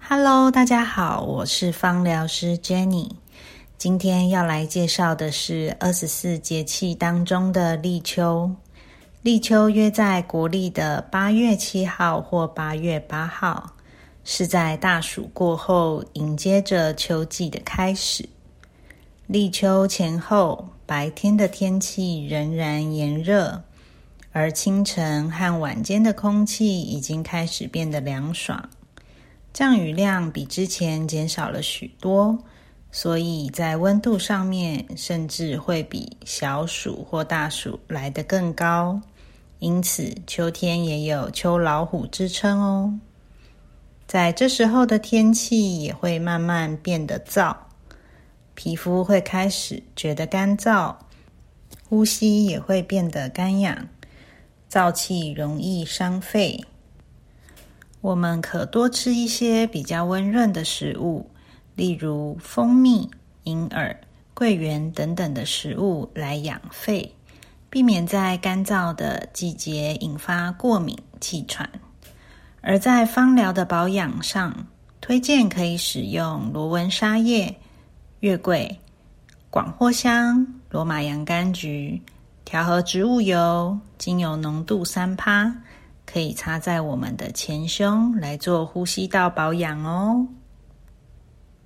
Hello， 大家好，我是芳疗师 Jenny。今天要来介绍的是24节气当中的立秋。立秋约在国历的8月7号或8月8号，是在大暑过后迎接着秋季的开始。立秋前后，白天的天气仍然炎热，而清晨和晚间的空气已经开始变得凉爽。降雨量比之前减少了许多，所以在温度上面甚至会比小暑或大暑来得更高，因此秋天也有秋老虎之称哦。在这时候的天气也会慢慢变得燥，皮肤会开始觉得干燥，呼吸也会变得干痒，燥气容易伤肺。我们可多吃一些比较温润的食物，例如蜂蜜、银耳、桂圆等等的食物来养肺，避免在干燥的季节引发过敏、气喘。而在芳疗的保养上，推荐可以使用罗纹沙叶、月桂、广藿香、罗马洋甘菊、调和植物油、精油浓度3%，可以擦在我们的前胸来做呼吸道保养哦。